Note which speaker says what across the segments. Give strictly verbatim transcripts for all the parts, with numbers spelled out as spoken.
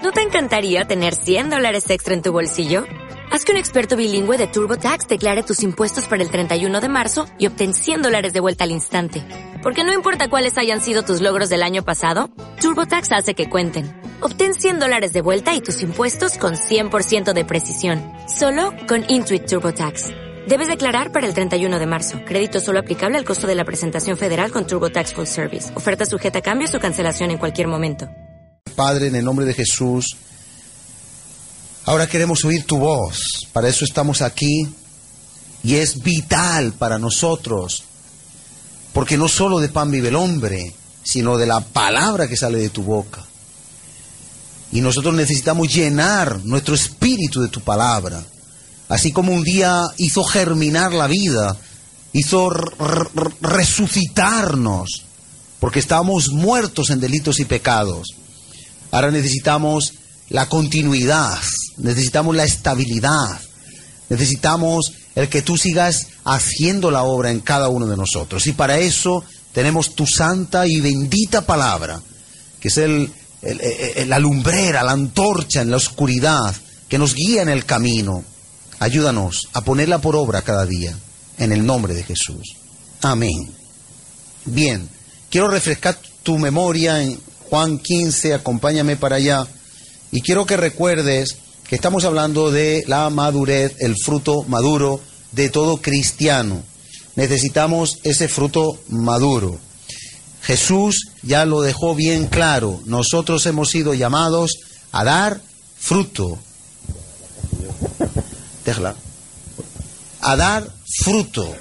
Speaker 1: ¿No te encantaría tener cien dólares extra en tu bolsillo? Haz que un experto bilingüe de TurboTax declare tus impuestos para el treinta y uno de marzo y obtén cien dólares de vuelta al instante. Porque no importa cuáles hayan sido tus logros del año pasado, TurboTax hace que cuenten. Obtén cien dólares de vuelta y tus impuestos con cien por ciento de precisión. Solo con Intuit TurboTax. Debes declarar para el treinta y uno de marzo. Crédito solo aplicable al costo de la presentación federal con TurboTax Full Service. Oferta sujeta a cambios o cancelación en cualquier momento.
Speaker 2: Padre, en el nombre de Jesús, ahora queremos oír tu voz. Para eso estamos aquí. Y es vital para nosotros. Porque no solo de pan vive el hombre, sino de la palabra que sale de tu boca. Y nosotros necesitamos llenar nuestro espíritu de tu palabra. Así como un día hizo germinar la vida, hizo resucitarnos, porque estábamos muertos en delitos y pecados. Ahora necesitamos la continuidad, necesitamos la estabilidad, necesitamos el que tú sigas haciendo la obra en cada uno de nosotros. Y para eso tenemos tu santa y bendita palabra, que es el, el, el, la lumbrera, la antorcha en la oscuridad, que nos guía en el camino. Ayúdanos a ponerla por obra cada día, en el nombre de Jesús. Amén. Bien, quiero refrescar tu memoria en Juan quince, acompáñame para allá, y quiero que recuerdes que estamos hablando de la madurez, el fruto maduro de todo cristiano. Necesitamos ese fruto maduro. Jesús ya lo dejó bien claro, nosotros hemos sido llamados a dar fruto. Déjala. A dar fruto.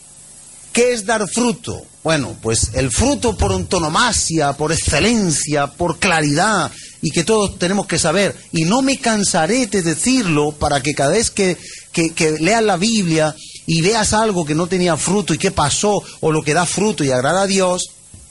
Speaker 2: ¿Qué es dar fruto? Bueno, pues el fruto por antonomasia, por excelencia, por claridad, y que todos tenemos que saber. Y no me cansaré de decirlo para que cada vez que, que, que leas la Biblia y veas algo que no tenía fruto y qué pasó, o lo que da fruto y agrada a Dios,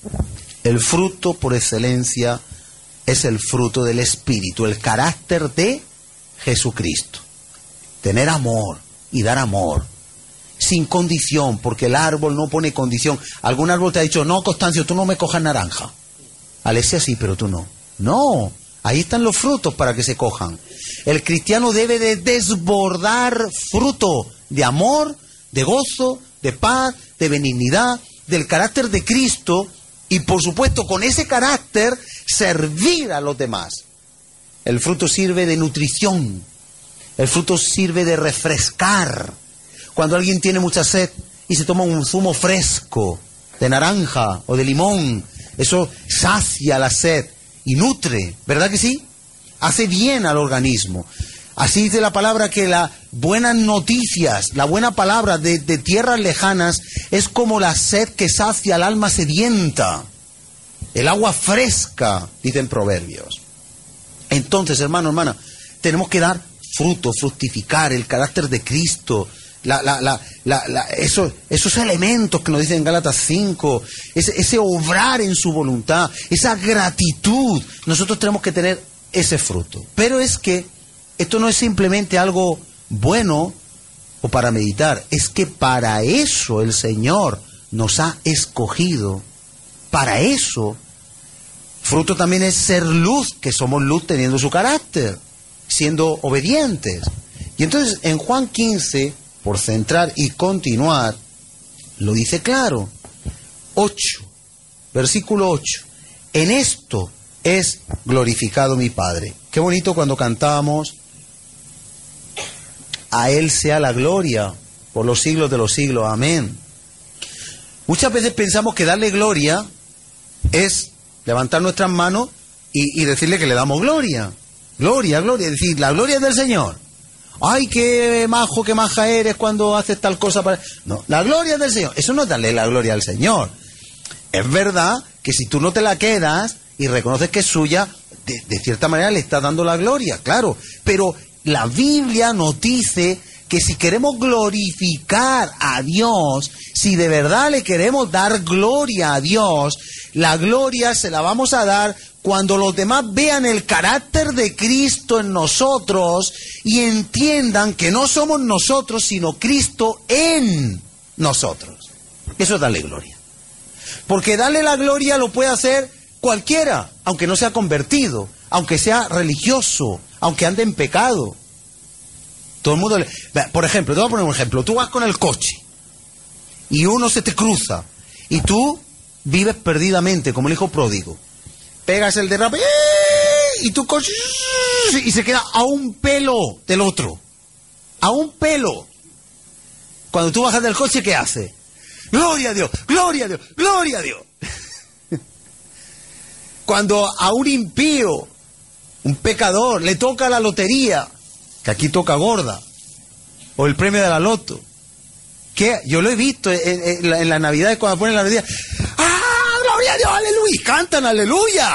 Speaker 2: el fruto por excelencia es el fruto del Espíritu, el carácter de Jesucristo. Tener amor y dar amor, sin condición, porque el árbol no pone condición. Algún árbol te ha dicho, no, Constancio, tú no me cojas naranja. Alesia sí, pero tú no. No, ahí están los frutos para que se cojan. El cristiano debe de desbordar fruto de amor, de gozo, de paz, de benignidad, del carácter de Cristo, y por supuesto con ese carácter servir a los demás. El fruto sirve de nutrición. El fruto sirve de refrescar. Cuando alguien tiene mucha sed y se toma un zumo fresco de naranja o de limón, eso sacia la sed y nutre, ¿verdad que sí? Hace bien al organismo. Así dice la palabra que las buenas noticias, la buena palabra de, de tierras lejanas es como la sed que sacia al alma sedienta. El agua fresca, dicen Proverbios. Entonces, hermano, hermana, tenemos que dar fruto, fructificar el carácter de Cristo, la, la, la, la, la, eso, esos elementos que nos dicen en Gálatas cinco, ese, ese obrar en su voluntad, esa gratitud. Nosotros tenemos que tener ese fruto. Pero es que esto no es simplemente algo bueno o para meditar, es que para eso el Señor nos ha escogido. Para eso, fruto también es ser luz, que somos luz teniendo su carácter, siendo obedientes. Y entonces en Juan quince, por centrar y continuar, lo dice claro. ocho, versículo ocho. En esto es glorificado mi Padre. Qué bonito cuando cantábamos, a Él sea la gloria por los siglos de los siglos. Amén. Muchas veces pensamos que darle gloria es levantar nuestras manos y, y decirle que le damos gloria. Gloria, gloria, es decir, la gloria es del Señor. Ay, qué majo, qué maja eres cuando haces tal cosa para... No, la gloria es del Señor. Eso no es darle la gloria al Señor. Es verdad que si tú no te la quedas y reconoces que es suya, de, de cierta manera le estás dando la gloria, claro. Pero la Biblia nos dice que si queremos glorificar a Dios, si de verdad le queremos dar gloria a Dios, la gloria se la vamos a dar cuando los demás vean el carácter de Cristo en nosotros y entiendan que no somos nosotros, sino Cristo en nosotros. Eso es darle gloria. Porque darle la gloria lo puede hacer Cualquiera, aunque no sea convertido, aunque sea religioso, aunque ande en pecado. Todo el mundo le... Por ejemplo, te voy a poner un ejemplo. Tú vas con el coche y uno se te cruza y tú vives perdidamente como el hijo pródigo. Pegas el derrape y tu coche y se queda a un pelo del otro. A un pelo. Cuando tú bajas del coche, ¿qué hace? ¡Gloria a Dios! ¡Gloria a Dios! ¡Gloria a Dios! Cuando a un impío, un pecador, le toca la lotería, que aquí toca gorda, o el premio de la loto, que yo lo he visto en, en, en las navidades cuando ponen la lotería. ¡Ah! ¡Gloria a Dios! ¡Aleluya! Y cantan ¡aleluya!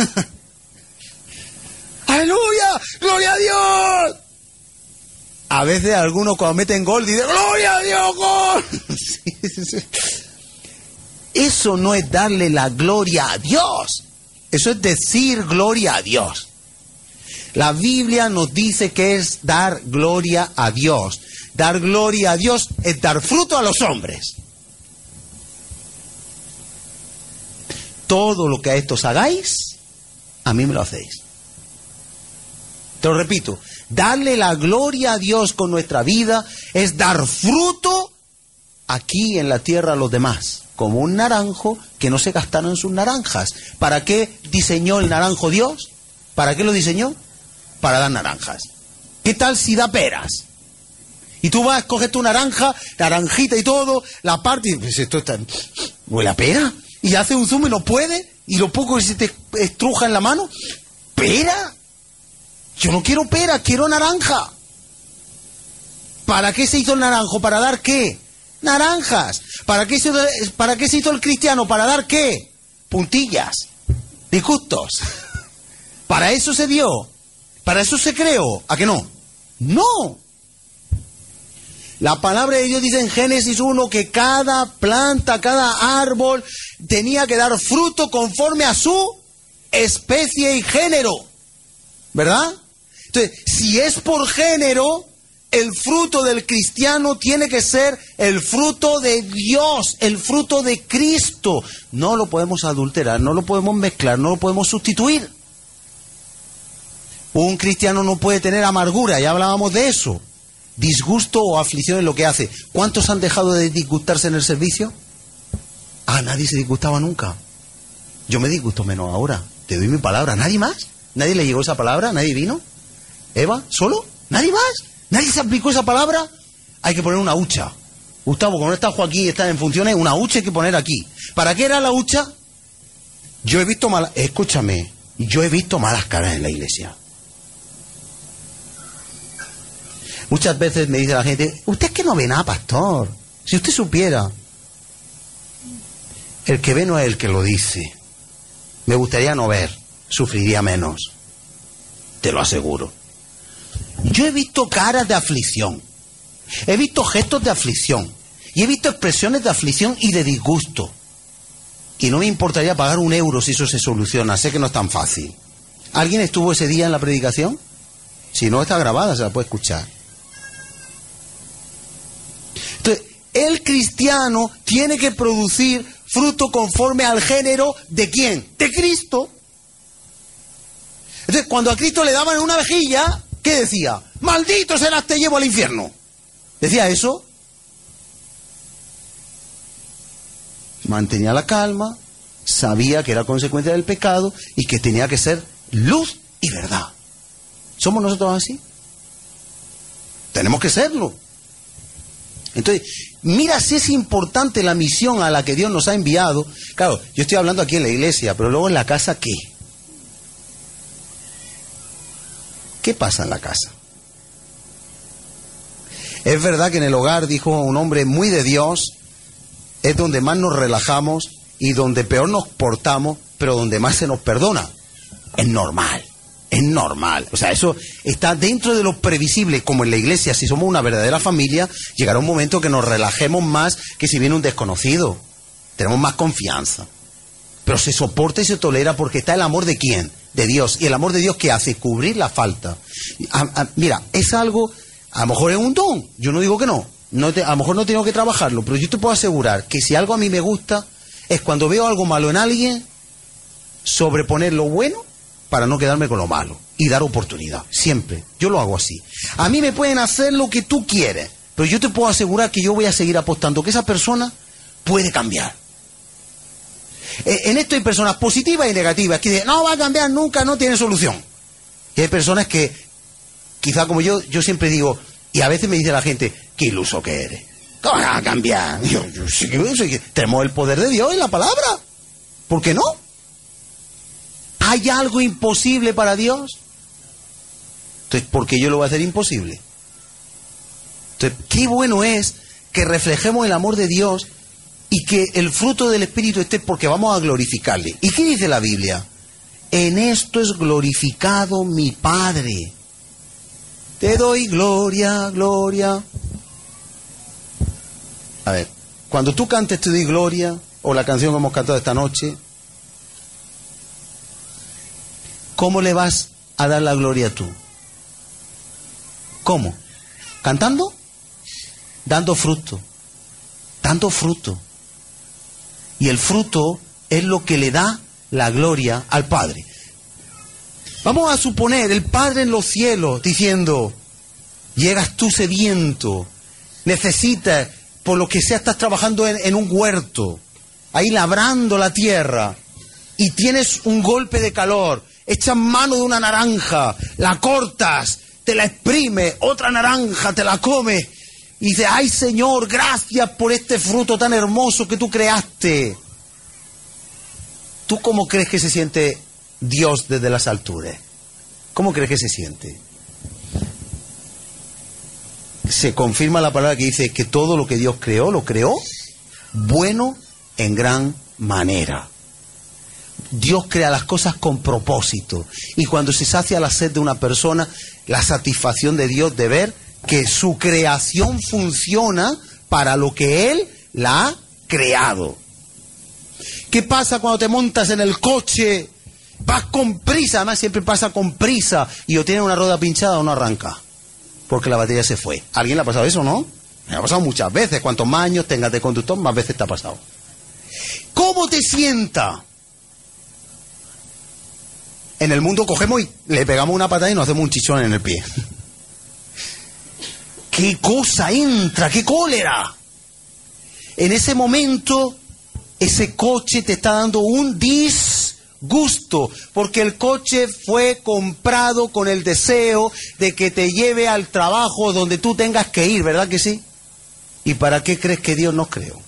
Speaker 2: ¡Aleluya! ¡Gloria a Dios! A veces algunos cuando meten gol dicen ¡gloria a Dios, gol! Sí, sí, sí. Eso no es darle la gloria a Dios. Eso es decir gloria a Dios. La Biblia nos dice que es dar gloria a Dios. Dar gloria a Dios es dar fruto a los hombres. Todo lo que a estos hagáis, a mí me lo hacéis. Te lo repito, darle la gloria a Dios con nuestra vida es dar fruto aquí en la tierra a los demás. Como un naranjo que no se gastaron sus naranjas. ¿Para qué diseñó el naranjo Dios? ¿Para qué lo diseñó? Para dar naranjas. ¿Qué tal si da peras? Y tú vas, coges tu naranja, naranjita y todo, la parte y pues esto está... ¿Huele a pera? Y hace un zumo y no puede, y lo poco que se te estruja en la mano. ¿Pera? Yo no quiero pera, quiero naranja. ¿Para qué se hizo el naranjo? ¿Para dar qué? Naranjas. ¿Para qué, se, ¿Para qué se hizo el cristiano? ¿Para dar qué? Puntillas. Disgustos. ¿Para eso se dio? ¿Para eso se creó? ¿A qué no? No. La palabra de Dios dice en Génesis uno que cada planta, cada árbol tenía que dar fruto conforme a su especie y género. ¿Verdad? Entonces, si es por género, el fruto del cristiano tiene que ser el fruto de Dios, el fruto de Cristo. No lo podemos adulterar, no lo podemos mezclar, no lo podemos sustituir. Un cristiano no puede tener amargura, ya hablábamos de eso. Disgusto o aflicción en lo que hace. ¿Cuántos han dejado de disgustarse en el servicio? Ah, nadie se disgustaba nunca. Yo me disgusto menos ahora. Te doy mi palabra. ¿Nadie más? ¿Nadie le llegó esa palabra? ¿Nadie vino? ¿Eva? ¿Solo? ¿Nadie más? ¿Nadie se aplicó esa palabra? Hay que poner una hucha. Gustavo, como no está Joaquín y está en funciones, una hucha hay que poner aquí. ¿Para qué era la hucha? Yo he visto malas... Escúchame, yo he visto malas caras en la iglesia. Muchas veces me dice la gente, usted es que no ve nada, pastor. Si usted supiera. El que ve no es el que lo dice. Me gustaría no ver, sufriría menos. Te lo aseguro. Yo he visto caras de aflicción. He visto gestos de aflicción. Y he visto expresiones de aflicción y de disgusto. Y no me importaría pagar un euro si eso se soluciona. Sé que no es tan fácil. ¿Alguien estuvo ese día en la predicación? Si no, está grabada, se la puede escuchar. Entonces, el cristiano tiene que producir fruto conforme al género de ¿quién? De Cristo. Entonces, cuando a Cristo le daban una vejilla, ¿qué decía? ¡Maldito serás, te llevo al infierno! ¿Decía eso? Mantenía la calma, sabía que era consecuencia del pecado y que tenía que ser luz y verdad. ¿Somos nosotros así? Tenemos que serlo. Entonces, mira si es importante la misión a la que Dios nos ha enviado. Claro, yo estoy hablando aquí en la iglesia, pero luego en la casa, ¿qué? ¿Qué pasa en la casa? Es verdad que en el hogar, dijo un hombre muy de Dios, es donde más nos relajamos y donde peor nos portamos, pero donde más se nos perdona. Es normal. Es normal, o sea, eso está dentro de lo previsible, como en la iglesia. Si somos una verdadera familia, llegará un momento que nos relajemos más que si viene un desconocido. Tenemos más confianza. Pero se soporta y se tolera porque está el amor de ¿quién? De Dios. Y el amor de Dios, ¿qué hace? Cubrir la falta. A, a, mira, es algo, a lo mejor es un don, yo no digo que no, no te, a lo mejor no tengo que trabajarlo, pero yo te puedo asegurar que si algo a mí me gusta, es cuando veo algo malo en alguien, sobreponer lo bueno para no quedarme con lo malo y dar oportunidad, siempre. Yo lo hago así. A mí me pueden hacer lo que tú quieres, pero yo te puedo asegurar que yo voy a seguir apostando que esa persona puede cambiar. En esto hay personas positivas y negativas que dicen, no va a cambiar nunca, no tiene solución. Y hay personas que, quizá como yo, yo siempre digo, y a veces me dice la gente, qué iluso que eres. ¿Cómo va a cambiar? Yo, yo, sí, sí, tenemos el poder de Dios en la palabra. ¿Por qué no? ¿Hay algo imposible para Dios? Entonces, ¿por qué yo lo voy a hacer imposible? Entonces, qué bueno es que reflejemos el amor de Dios y que el fruto del Espíritu esté, porque vamos a glorificarle. ¿Y qué dice la Biblia? En esto es glorificado mi Padre. Te doy gloria, gloria. A ver, cuando tú cantes Te doy gloria, o la canción que hemos cantado esta noche, ¿cómo le vas a dar la gloria tú? ¿Cómo? ¿Cantando? Dando fruto. Dando fruto. Y el fruto es lo que le da la gloria al Padre. Vamos a suponer el Padre en los cielos diciendo, llegas tú sediento, necesitas, por lo que sea estás trabajando en, en un huerto, ahí labrando la tierra, y tienes un golpe de calor, echas mano de una naranja, la cortas, te la exprimes, otra naranja, te la comes, y dices, ay Señor, gracias por este fruto tan hermoso que tú creaste. ¿Tú cómo crees que se siente Dios desde las alturas? ¿Cómo crees que se siente? Se confirma la palabra que dice que todo lo que Dios creó, lo creó bueno en gran manera. Dios crea las cosas con propósito. Y cuando se sacia la sed de una persona, la satisfacción de Dios de ver que su creación funciona para lo que Él la ha creado. ¿Qué pasa cuando te montas en el coche? Vas con prisa, además siempre pasa con prisa, y o tiene una rueda pinchada o no arranca, porque la batería se fue. ¿A alguien le ha pasado eso, no? Me ha pasado muchas veces. Cuantos más años tengas de conductor, más veces te ha pasado. ¿Cómo te sienta? En el mundo cogemos y le pegamos una patada y nos hacemos un chichón en el pie. ¡Qué cosa entra! ¡Qué cólera! En ese momento, ese coche te está dando un disgusto, porque el coche fue comprado con el deseo de que te lleve al trabajo donde tú tengas que ir, ¿verdad que sí? ¿Y para qué crees que Dios nos creó?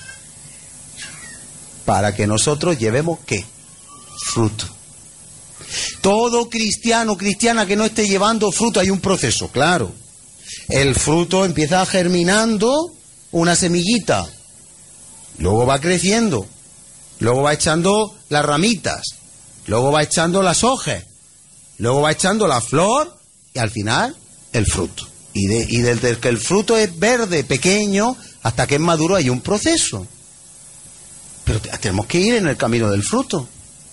Speaker 2: Para que nosotros llevemos, ¿qué? Fruto. Todo cristiano, cristiana que no esté llevando fruto, hay un proceso, claro. El fruto empieza germinando una semillita, luego va creciendo, luego va echando las ramitas, luego va echando las hojas, luego va echando la flor y al final el fruto. Y, de, y desde que el fruto es verde, pequeño, hasta que es maduro hay un proceso. Pero tenemos que ir en el camino del fruto.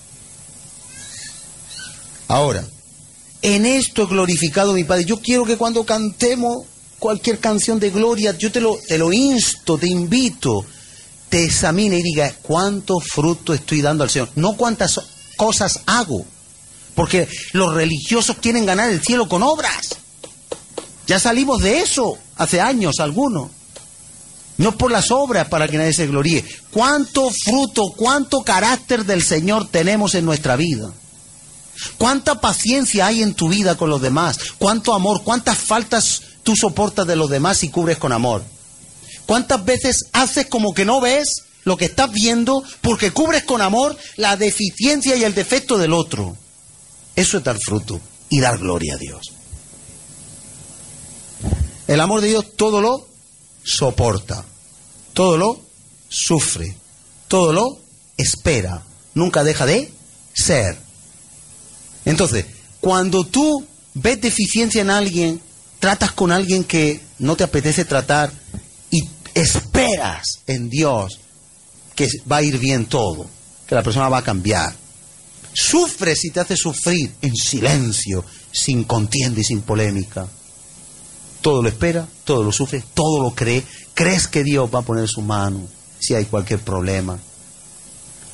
Speaker 2: Ahora, en esto he glorificado a mi Padre. Yo quiero que cuando cantemos cualquier canción de gloria, yo te lo, te lo insto, te invito, te examine y diga, ¿cuánto fruto estoy dando al Señor? No cuántas cosas hago, porque los religiosos quieren ganar el cielo con obras. Ya salimos de eso hace años algunos. No por las obras para que nadie se gloríe. ¿Cuánto fruto, cuánto carácter del Señor tenemos en nuestra vida? ¿Cuánta paciencia hay en tu vida con los demás? ¿Cuánto amor? ¿Cuántas faltas tú soportas de los demás y cubres con amor? ¿Cuántas veces haces como que no ves lo que estás viendo porque cubres con amor la deficiencia y el defecto del otro? Eso es dar fruto y dar gloria a Dios. El amor de Dios todo lo soporta, todo lo sufre, todo lo espera, nunca deja de ser. Entonces, cuando tú ves deficiencia en alguien, tratas con alguien que no te apetece tratar y esperas en Dios que va a ir bien todo, que la persona va a cambiar. Sufres y te hace sufrir en silencio, sin contienda y sin polémica. Todo lo espera, todo lo sufre, todo lo cree. Crees que Dios va a poner su mano si hay cualquier problema.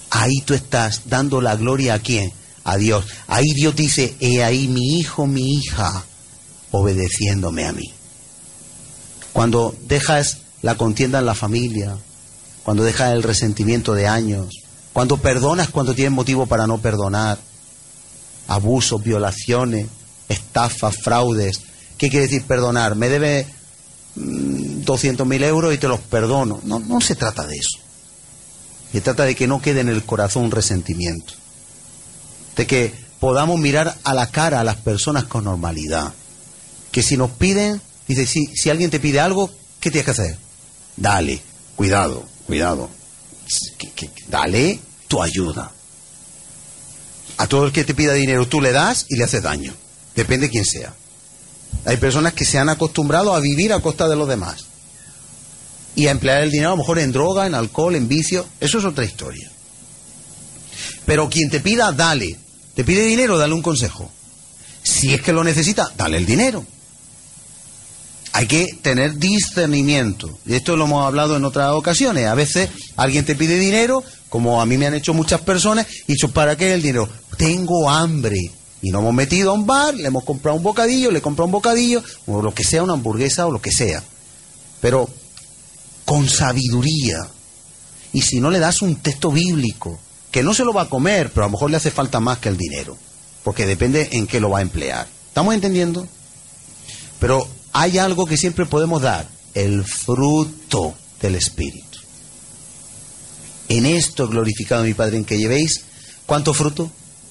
Speaker 2: ahí tú estás dando la gloria ¿a quién? A Dios. Ahí Dios dice, he ahí mi hijo, mi hija, obedeciéndome a mí. Cuando dejas la contienda en la familia, cuando dejas el resentimiento de años, cuando perdonas cuando tienes motivo para no perdonar, abusos, violaciones, estafas, fraudes. ¿Qué quiere decir perdonar? Me debe mmm, doscientos mil euros y te los perdono. No, no se trata de eso. Se trata de que no quede en el corazón un resentimiento. De que podamos mirar a la cara a las personas con normalidad. Que si nos piden, dice, si, si alguien te pide algo, ¿qué tienes que hacer? Dale, cuidado, cuidado. Que, que, dale tu ayuda. A todo el que te pida dinero tú le das y le haces daño. Depende de quién sea. Hay personas que se han acostumbrado a vivir a costa de los demás. Y a emplear el dinero a lo mejor en droga, en alcohol, en vicio. Eso es otra historia. Pero quien te pida, dale. Te pide dinero, dale un consejo. Si es que lo necesita, dale el dinero. Hay que tener discernimiento. Y esto lo hemos hablado en otras ocasiones. A veces alguien te pide dinero, como a mí me han hecho muchas personas, y dicho, ¿para qué el dinero? Tengo hambre. Y nos hemos metido a un bar, le hemos comprado un bocadillo, le he comprado un bocadillo, o lo que sea, una hamburguesa o lo que sea. Pero con sabiduría. Y si no le das un texto bíblico, que no se lo va a comer, pero a lo mejor le hace falta más que el dinero. Porque depende en qué lo va a emplear. ¿Estamos entendiendo? Pero hay algo que siempre podemos dar, el fruto del Espíritu. En esto glorificado mi Padre, en que llevéis, ¿cuánto fruto?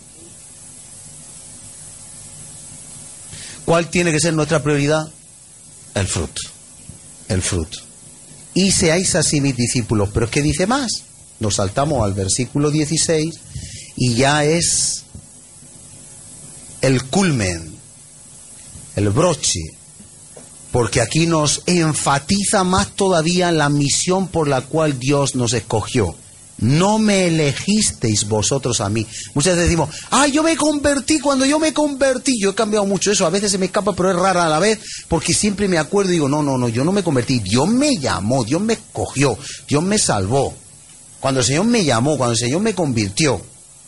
Speaker 2: ¿Cuál tiene que ser nuestra prioridad? El fruto, el fruto. Y seáis así mis discípulos. Pero es que dice más. Nos saltamos al versículo dieciséis y ya es el culmen, el broche. Porque aquí nos enfatiza más todavía la misión por la cual Dios nos escogió. No me elegisteis vosotros a mí. Muchas veces decimos, ah, yo me convertí, cuando yo me convertí, yo he cambiado mucho eso, a veces se me escapa, pero es rara a la vez, porque siempre me acuerdo y digo, no, no, no, yo no me convertí, Dios me llamó, Dios me escogió, Dios me salvó. Cuando el Señor me llamó, cuando el Señor me convirtió,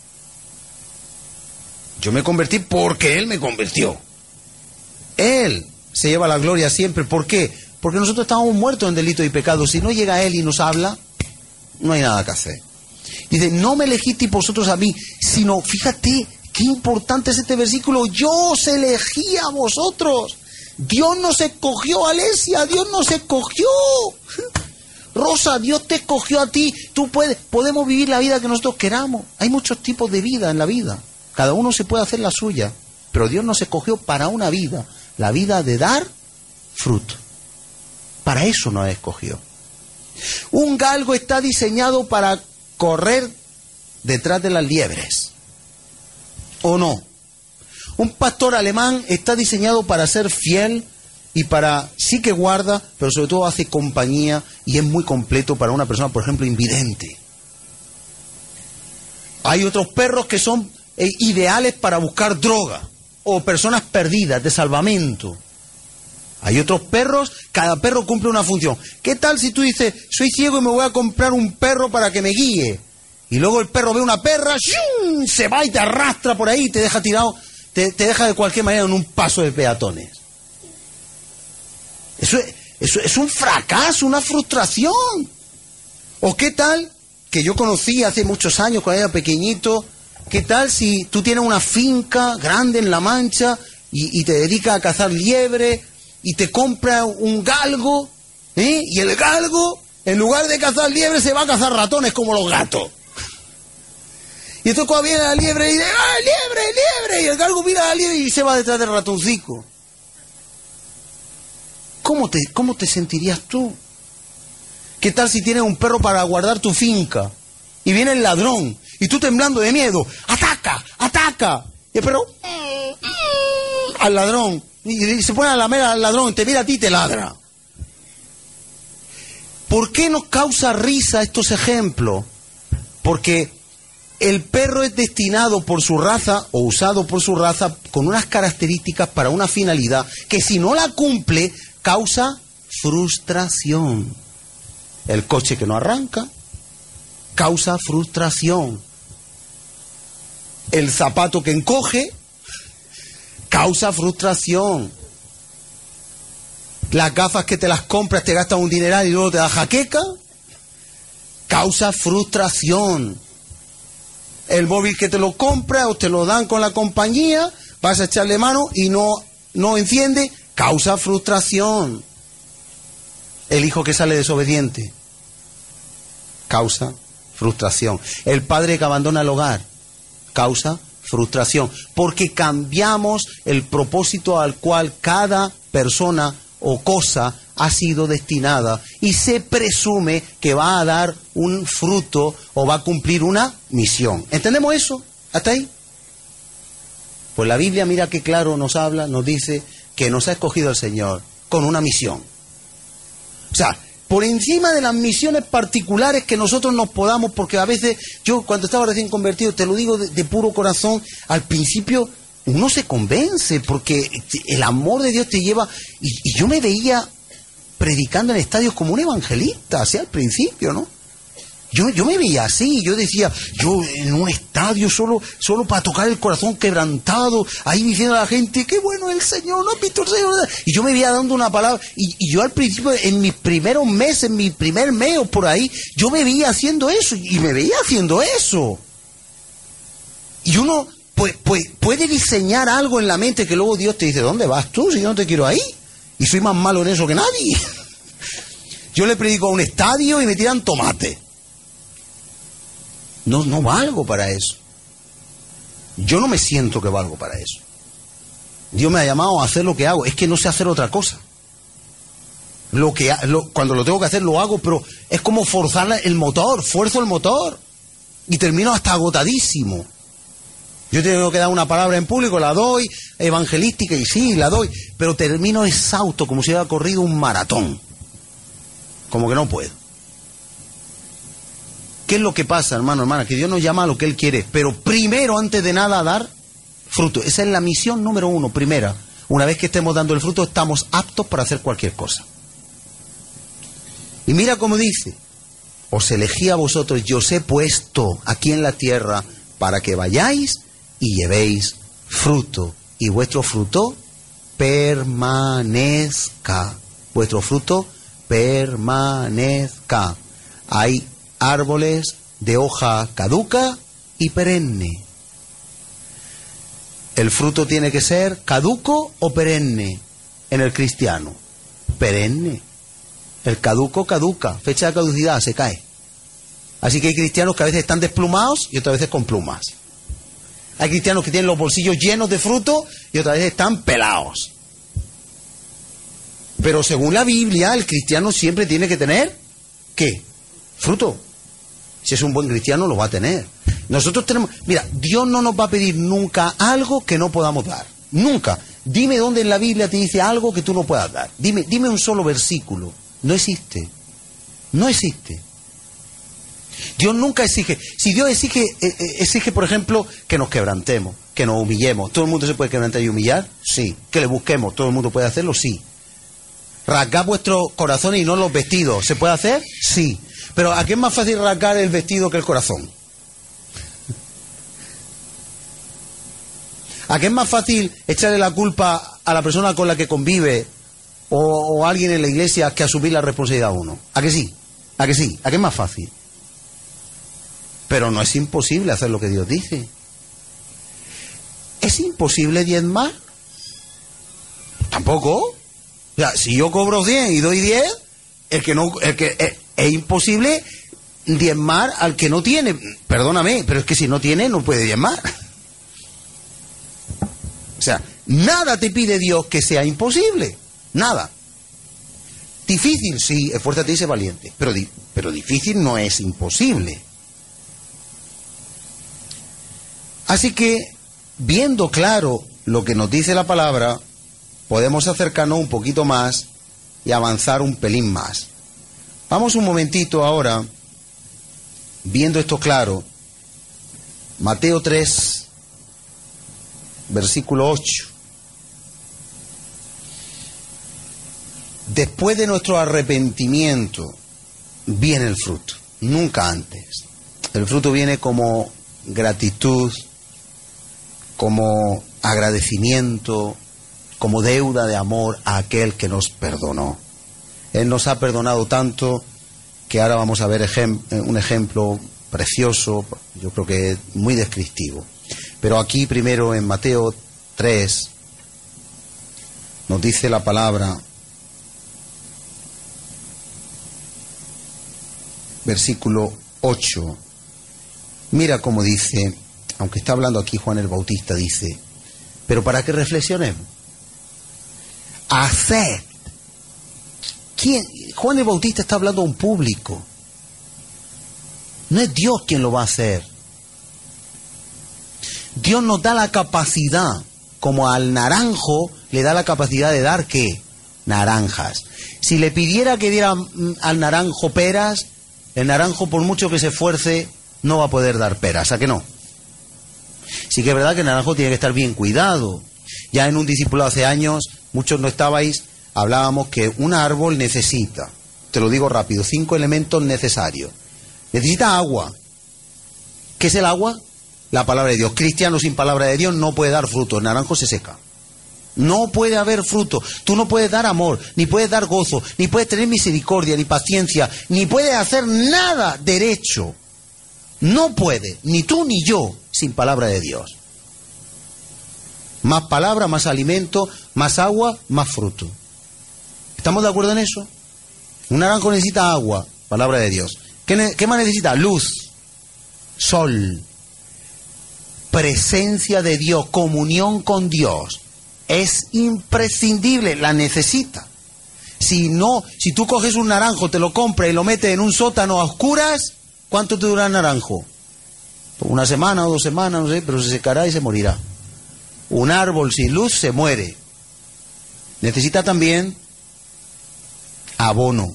Speaker 2: yo me convertí porque Él me convirtió. Él se lleva la gloria siempre. ¿Por qué? Porque nosotros estábamos muertos en delito y pecado. Si no llega Él y nos habla, no hay nada que hacer. Dice, no me elegisteis vosotros a mí, sino, fíjate, qué importante es este versículo, yo os elegí a vosotros. Dios nos escogió, Alesia, Dios nos escogió. Rosa, Dios te escogió a ti. Tú puedes, podemos vivir la vida que nosotros queramos. Hay muchos tipos de vida en la vida. Cada uno se puede hacer la suya. Pero Dios nos escogió para una vida. La vida de dar fruto. Para eso nos escogió. Un galgo está diseñado para correr detrás de las liebres. ¿O no? Un pastor alemán está diseñado para ser fiel y para, sí que guarda, pero sobre todo hace compañía y es muy completo para una persona, por ejemplo, invidente. Hay otros perros que son eh, ideales para buscar droga o personas perdidas de salvamento. Hay otros perros, cada perro cumple una función. ¿Qué tal si tú dices, soy ciego y me voy a comprar un perro para que me guíe? Y luego el perro ve una perra, ¡shum!, se va y te arrastra por ahí y te deja tirado, te, te deja de cualquier manera en un paso de peatones. Eso es, eso es un fracaso, una frustración. ¿O qué tal, que yo conocí hace muchos años cuando era pequeñito, qué tal si tú tienes una finca grande en La Mancha y, y te dedicas a cazar liebre y te compra un galgo, ¿eh? Y el galgo, en lugar de cazar liebre, se va a cazar ratones como los gatos. Y entonces cuando viene la liebre y dice, ¡ah, liebre, liebre! Y el galgo mira a la liebre y se va detrás del ratoncico. ¿Cómo te, cómo te sentirías tú? ¿Qué tal si tienes un perro para guardar tu finca? Y viene el ladrón, y tú temblando de miedo, ¡ataca, ataca! Y el perro, al ladrón. Y se pone a lamer al ladrón, te mira a ti y te ladra. ¿Por qué nos causa risa estos ejemplos? Porque el perro es destinado por su raza o usado por su raza con unas características para una finalidad que si no la cumple causa frustración. El coche que no arranca, causa frustración. El zapato que encoge causa frustración. Las gafas que te las compras, te gastas un dineral y luego te da jaqueca, causa frustración. El móvil que te lo compras o te lo dan con la compañía, vas a echarle mano y no, no enciende, causa frustración. El hijo que sale desobediente, causa frustración. El padre que abandona el hogar, causa frustración. Porque cambiamos el propósito al cual cada persona o cosa ha sido destinada y se presume que va a dar un fruto o va a cumplir una misión. ¿Entendemos eso? ¿Hasta ahí? Pues la Biblia, mira qué claro nos habla, nos dice que nos ha escogido el Señor con una misión. O sea, por encima de las misiones particulares que nosotros nos podamos, porque a veces, yo cuando estaba recién convertido, te lo digo de, de puro corazón, al principio uno se convence, porque el amor de Dios te lleva, y, y yo me veía predicando en estadios como un evangelista, así al principio, ¿no? Yo, yo me veía así, yo decía, yo en un estadio solo, solo para tocar el corazón quebrantado, ahí diciendo a la gente, qué bueno el Señor, no has visto el Señor. Y yo me veía dando una palabra, y, y yo al principio, en mis primeros meses, en mi primer mes o por ahí, yo me veía haciendo eso, y me veía haciendo eso. Y uno pues, pues, puede diseñar algo en la mente que luego Dios te dice, ¿dónde vas tú si yo no te quiero ahí? Y soy más malo en eso que nadie. Yo le predico a un estadio y me tiran tomate. No, no valgo para eso. Yo no me siento que valgo para eso. Dios me ha llamado a hacer lo que hago. Es que no sé hacer otra cosa. Lo que lo, cuando lo tengo que hacer lo hago, pero es como forzar el motor. Fuerzo el motor y termino hasta agotadísimo. Yo tengo que dar una palabra en público, la doy, evangelística, y sí, la doy, pero termino exhausto, como si hubiera corrido un maratón. Como que no puedo. ¿Qué es lo que pasa, hermano, hermana? Que Dios nos llama a lo que Él quiere, pero primero, antes de nada, a dar fruto. Esa es la misión número uno, primera. Una vez que estemos dando el fruto, estamos aptos para hacer cualquier cosa. Y mira cómo dice, os elegí a vosotros, yo os he puesto aquí en la tierra para que vayáis y llevéis fruto, y vuestro fruto permanezca. Vuestro fruto permanezca. Hay árboles de hoja caduca y perenne. El fruto tiene que ser caduco o perenne en el cristiano. Perenne. El caduco caduca, fecha de caducidad, se cae. Así que hay cristianos que a veces están desplumados y otras veces con plumas. Hay cristianos que tienen los bolsillos llenos de fruto y otras veces están pelados. Pero según la Biblia, el cristiano siempre tiene que tener, ¿qué? Fruto. Si es un buen cristiano, lo va a tener. Nosotros tenemos... Mira, Dios no nos va a pedir nunca algo que no podamos dar. Nunca. Dime dónde en la Biblia te dice algo que tú no puedas dar. Dime, dime un solo versículo. No existe. No existe. Dios nunca exige. Si Dios exige, eh, exige, por ejemplo, que nos quebrantemos, que nos humillemos. ¿Todo el mundo se puede quebrantar y humillar? Sí. Que le busquemos. ¿Todo el mundo puede hacerlo? Sí. Rasgad vuestros corazones y no los vestidos. ¿Se puede hacer? Sí. Pero ¿a qué es más fácil rasgar el vestido que el corazón? ¿A qué es más fácil echarle la culpa a la persona con la que convive o, o a alguien en la iglesia que asumir la responsabilidad a uno? ¿A que sí? ¿A que sí? ¿A qué es más fácil? Pero no es imposible hacer lo que Dios dice. ¿Es imposible diezmar? Tampoco. O sea, si yo cobro cien y doy diez, el que no, el que es, es imposible diezmar al que no tiene. Perdóname, pero es que si no tiene no puede diezmar. O sea, nada te pide Dios que sea imposible. Nada. Difícil, sí, esfuérzate y sé valiente. Pero, di, pero difícil no es imposible. Así que, viendo claro lo que nos dice la palabra, podemos acercarnos un poquito más y avanzar un pelín más. Vamos un momentito ahora, viendo esto claro, Mateo tres, versículo ocho. Después de nuestro arrepentimiento viene el fruto, nunca antes. El fruto viene como gratitud, como agradecimiento, como deuda de amor a aquel que nos perdonó. Él nos ha perdonado tanto que ahora vamos a ver ejem- un ejemplo precioso, yo creo que muy descriptivo. Pero aquí primero en Mateo tres nos dice la palabra, versículo ocho. Mira cómo dice, aunque está hablando aquí Juan el Bautista, dice, pero para que reflexionemos, haced. ¿Quién? Juan el Bautista está hablando a un público. No es Dios quien lo va a hacer. Dios nos da la capacidad, como al naranjo le da la capacidad de dar ¿qué? Naranjas. Si le pidiera que diera al naranjo peras, el naranjo por mucho que se esfuerce no va a poder dar peras, ¿a que no? Sí que es verdad que el naranjo tiene que estar bien cuidado. Ya en un discipulado hace años, muchos no estabais, hablábamos que un árbol necesita, te lo digo rápido, cinco elementos necesarios. Necesita agua. ¿Qué es el agua? La palabra de Dios. Cristiano sin palabra de Dios no puede dar fruto, el naranjo se seca. No puede haber fruto. Tú no puedes dar amor, ni puedes dar gozo, ni puedes tener misericordia, ni paciencia, ni puedes hacer nada derecho. No puede, ni tú ni yo, sin palabra de Dios. Más palabra, más alimento, más agua, más fruto. ¿Estamos de acuerdo en eso? Un naranjo necesita agua, palabra de Dios. ¿Qué, ne- qué más necesita? Luz, sol, presencia de Dios, comunión con Dios. Es imprescindible, la necesita. Si no, si tú coges un naranjo, te lo compras y lo metes en un sótano a oscuras, ¿cuánto te dura el naranjo? Una semana o dos semanas, no sé, pero se secará y se morirá. Un árbol sin luz se muere. Necesita también abono.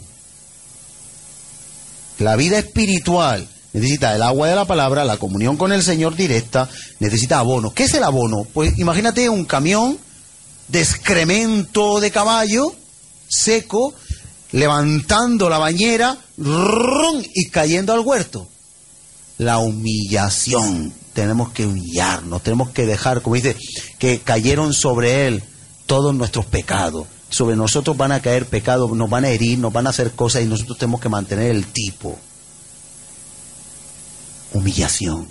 Speaker 2: La vida espiritual necesita el agua de la palabra, la comunión con el Señor directa, necesita abono. ¿Qué es el abono? Pues imagínate un camión de excremento de caballo seco, levantando la bañera ¡rum! Y cayendo al huerto. La humillación. Tenemos que humillarnos, tenemos que dejar, como dice, que cayeron sobre él todos nuestros pecados. Sobre nosotros van a caer pecados, nos van a herir, nos van a hacer cosas y nosotros tenemos que mantener el tipo. Humillación.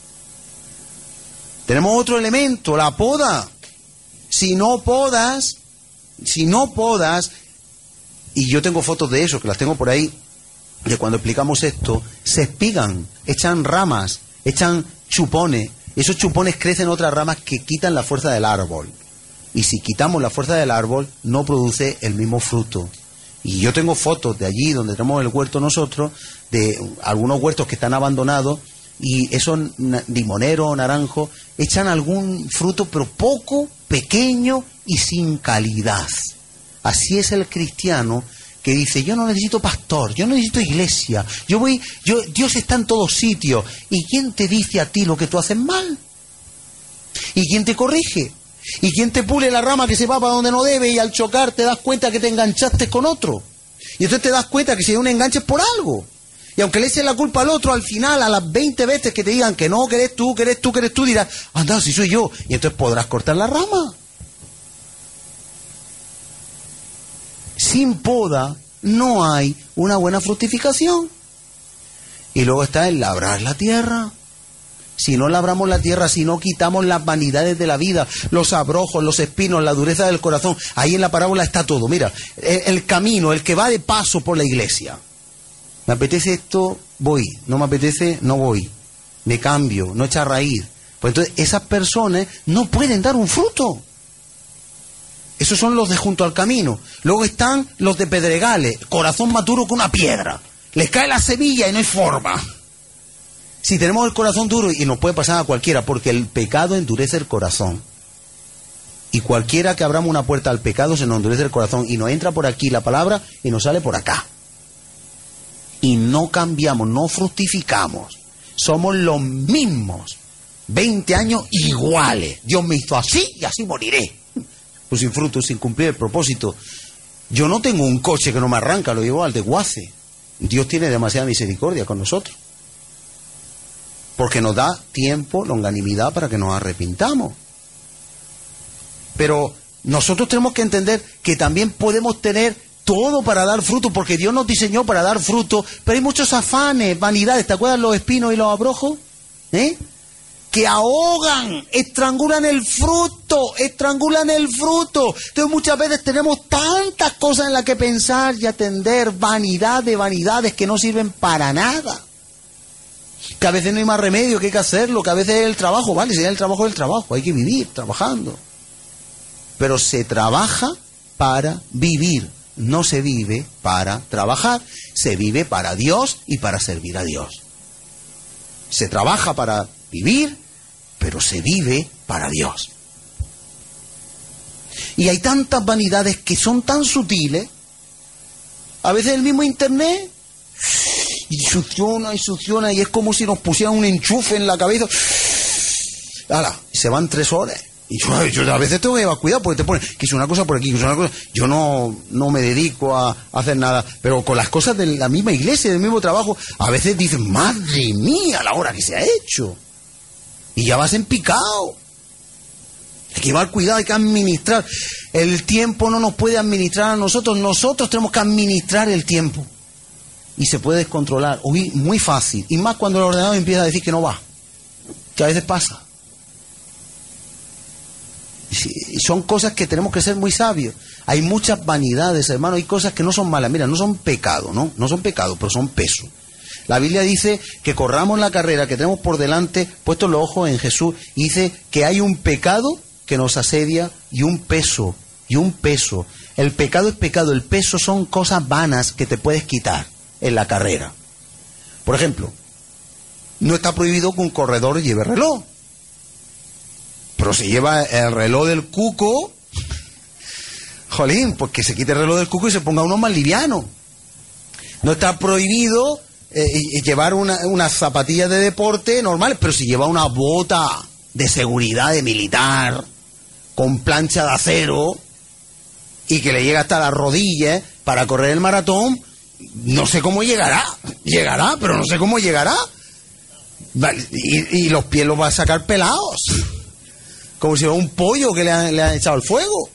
Speaker 2: Tenemos otro elemento, la poda. Si no podas, si no podas, y yo tengo fotos de eso, que las tengo por ahí, de cuando explicamos esto, se espigan, echan ramas, echan chupones. Esos chupones crecen otras ramas que quitan la fuerza del árbol. Y si quitamos la fuerza del árbol, no produce el mismo fruto. Y yo tengo fotos de allí donde tenemos el huerto nosotros, de algunos huertos que están abandonados, y esos limoneros, naranjos, echan algún fruto, pero poco, pequeño y sin calidad. Así es el cristiano que dice, yo no necesito pastor, yo no necesito iglesia, yo voy, yo, Dios está en todos sitios. ¿Y quién te dice a ti lo que tú haces mal? ¿Y quién te corrige? ¿Y quién te pule la rama que se va para donde no debe y al chocar te das cuenta que te enganchaste con otro? Y entonces te das cuenta que si hay un enganche es por algo. Y aunque le eches la culpa al otro, al final, a las veinte veces que te digan que no, que eres tú, que eres tú, que eres tú, dirás, anda, si soy yo. Y entonces podrás cortar la rama. Sin poda no hay una buena fructificación. Y luego está el labrar la tierra. Si no labramos la tierra, si no quitamos las vanidades de la vida, los abrojos, los espinos, la dureza del corazón, ahí en la parábola está todo. Mira, el, el camino, el que va de paso por la iglesia. Me apetece esto, voy. No me apetece, no voy. Me cambio, no echa raíz. Pues entonces esas personas no pueden dar un fruto. Esos son los de junto al camino. Luego están los de pedregales, corazón más duro que una piedra. Les cae la semilla y no hay forma. Si tenemos el corazón duro, y nos puede pasar a cualquiera, porque el pecado endurece el corazón. Y cualquiera que abramos una puerta al pecado se nos endurece el corazón y nos entra por aquí la palabra y nos sale por acá. Y no cambiamos, no fructificamos. Somos los mismos. veinte años iguales. Dios me hizo así y así moriré. Pues sin fruto, sin cumplir el propósito. Yo no tengo un coche que no me arranca, lo llevo al desguace. Dios tiene demasiada misericordia con nosotros. porque nos da tiempo, longanimidad para que nos arrepintamos. Pero nosotros tenemos que entender que también podemos tener todo para dar fruto, porque Dios nos diseñó para dar fruto, pero hay muchos afanes, vanidades. ¿Te acuerdas los espinos y los abrojos? ¿Eh? Que ahogan, estrangulan el fruto, estrangulan el fruto. Entonces muchas veces tenemos tantas cosas en las que pensar y atender, vanidad de vanidades que no sirven para nada. Que a veces no hay más remedio, que hay que hacerlo, que a veces es el trabajo, vale, si es el trabajo, es el trabajo, hay que vivir trabajando. Pero se trabaja para vivir, no se vive para trabajar, se vive para Dios y para servir a Dios. Se trabaja para vivir, pero se vive para Dios. Y hay tantas vanidades que son tan sutiles, a veces el mismo internet, y succiona y succiona, y es como si nos pusieran un enchufe en la cabeza, ¡hala! Y se van tres horas. Y yo, yo a veces tengo que llevar cuidado porque te ponen que es una cosa por aquí, que es una cosa. Yo no, no me dedico a, a hacer nada, pero con las cosas de la misma iglesia, del mismo trabajo, a veces dicen, madre mía, la hora que se ha hecho. Y ya vas en picado. Hay que llevar cuidado, hay que administrar. El tiempo no nos puede administrar a nosotros, nosotros tenemos que administrar el tiempo. Y se puede descontrolar, uy, muy fácil. Y más cuando el ordenador empieza a decir que no va, que a veces pasa. Y son cosas que tenemos que ser muy sabios. Hay muchas vanidades, hermano, hay cosas que no son malas. Mira, no son pecado, ¿no? No son pecado, pero son peso. La Biblia dice que corramos la carrera que tenemos por delante, puestos los ojos en Jesús, y dice que hay un pecado que nos asedia y un peso, y un peso. El pecado es pecado, el peso son cosas vanas que te puedes quitar en la carrera. Por ejemplo, no está prohibido que un corredor lleve reloj. Pero si lleva el reloj del cuco, jolín, pues que se quite el reloj del cuco y se ponga uno más liviano. No está prohibido eh, llevar una, unas zapatillas de deporte normales, pero si lleva una bota de seguridad de militar, con plancha de acero, y que le llega hasta las rodillas para correr el maratón, no sé cómo llegará. Llegará, pero no sé cómo llegará. Y, y los pies los va a sacar pelados. Como si fuera un pollo que le han, le han echado al fuego.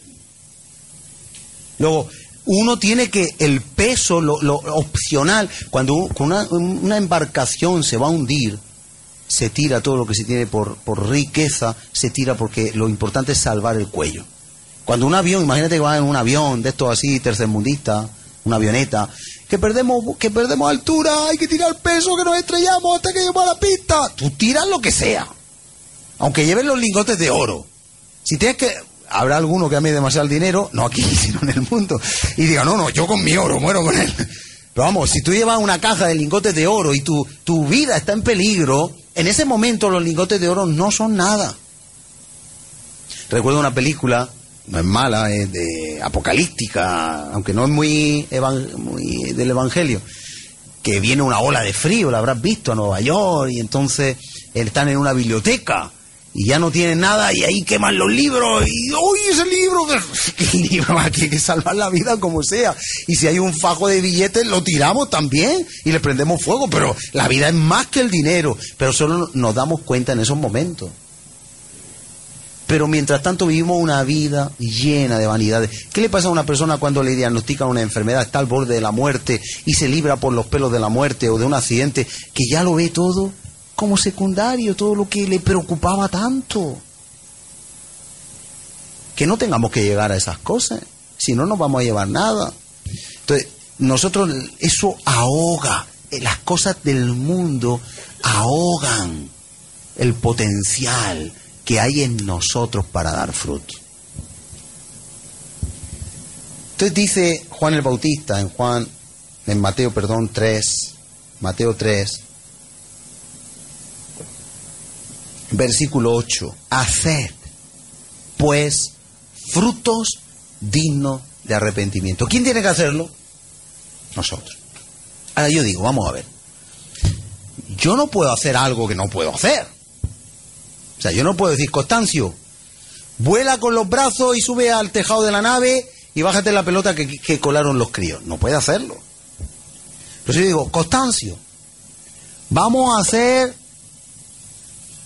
Speaker 2: Luego, uno tiene que, el peso, lo, lo opcional, cuando una, una embarcación se va a hundir, se tira todo lo que se tiene por, por riqueza, se tira porque lo importante es salvar el cuello. Cuando un avión, imagínate que va en un avión de estos así, tercermundista, una avioneta, que perdemos, que perdemos altura, hay que tirar peso, que nos estrellamos hasta que lleguemos a la pista. Tú tiras lo que sea. Aunque lleven los lingotes de oro. Si tienes que... Habrá alguno que ame demasiado el dinero, no aquí, sino en el mundo, y diga, no, no, yo con mi oro muero con él. Pero vamos, si tú llevas una caja de lingotes de oro y tu, tu vida está en peligro, en ese momento los lingotes de oro no son nada. Recuerdo una película, no es mala, es de apocalíptica, aunque no es muy, evan, muy del evangelio, que viene una ola de frío, la habrás visto, a Nueva York, y entonces están en una biblioteca y ya no tienen nada y ahí queman los libros y ¡uy, ese libro! ¿Qué libro? Aquí hay que salvar la vida como sea. Y si hay un fajo de billetes lo tiramos también y le prendemos fuego, pero la vida es más que el dinero, pero solo nos damos cuenta en esos momentos. Pero mientras tanto vivimos una vida llena de vanidades. ¿Qué le pasa a una persona cuando le diagnostican una enfermedad, está al borde de la muerte y se libra por los pelos de la muerte o de un accidente, que ya lo ve todo como secundario, todo lo que le preocupaba tanto? Que no tengamos que llegar a esas cosas, si no nos vamos a llevar nada. Entonces, nosotros, eso ahoga, las cosas del mundo ahogan el potencial que hay en nosotros para dar fruto. Entonces dice Juan el Bautista en Juan, en Mateo, perdón, tres, Mateo tres, versículo ocho, haced pues frutos dignos de arrepentimiento. ¿Quién tiene que hacerlo? Nosotros. Ahora yo digo, vamos a ver, yo no puedo hacer algo que no puedo hacer. O sea, yo no puedo decir, Constancio, vuela con los brazos y sube al tejado de la nave y bájate la pelota que, que colaron los críos. No puede hacerlo. Pero si yo digo, Constancio, vamos a hacer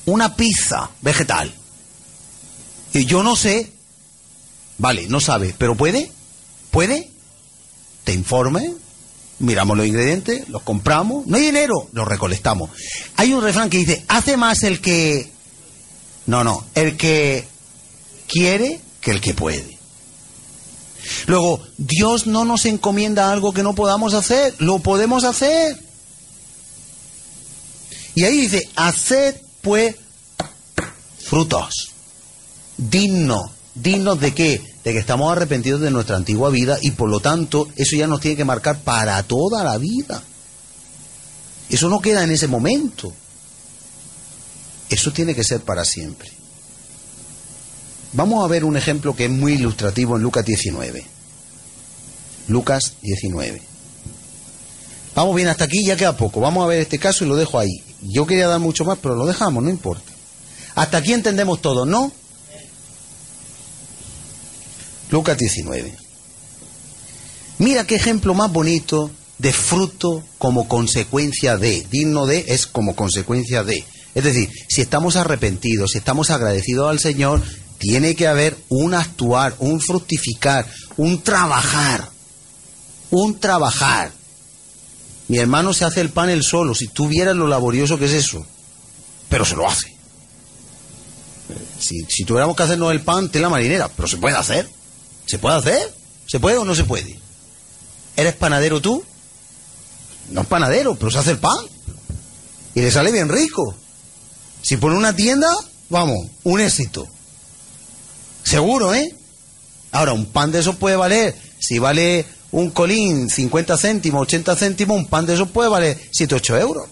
Speaker 2: una pizza vegetal. Y yo no sé, vale, no sabe, pero puede, puede, te informe, miramos los ingredientes, los compramos, no hay dinero, los recolectamos. Hay un refrán que dice, hace más el que, no, no, el que quiere que el que puede. Luego, Dios no nos encomienda algo que no podamos hacer, lo podemos hacer. Y ahí dice, haced pues frutos, dignos, dignos de qué, de que estamos arrepentidos de nuestra antigua vida y por lo tanto eso ya nos tiene que marcar para toda la vida. Eso no queda en ese momento, eso tiene que ser para siempre. Vamos a ver un ejemplo que es muy ilustrativo en Lucas diecinueve. Lucas diecinueve. Vamos bien hasta aquí, ya queda poco. Vamos a ver este caso y lo dejo ahí. Yo quería dar mucho más, pero lo dejamos, no importa. Hasta aquí entendemos todo, ¿no? Lucas diecinueve. Mira qué ejemplo más bonito de fruto como consecuencia de. Digno de es como consecuencia de. Es decir, si estamos arrepentidos, si estamos agradecidos al Señor, tiene que haber un actuar, un fructificar, un trabajar. Un trabajar. Mi hermano se hace el pan él solo, si tú vieras lo laborioso que es eso. Pero se lo hace. Si, si tuviéramos que hacernos el pan, tela marinera, pero se puede hacer. ¿Se puede hacer? ¿Se puede o no se puede? ¿Eres panadero tú? No es panadero, pero se hace el pan. Y le sale bien rico. Si pone una tienda, vamos, un éxito. Seguro, ¿eh? Ahora, un pan de esos puede valer, si vale un colín cincuenta céntimos, ochenta céntimos, un pan de esos puede valer siete, ocho euros.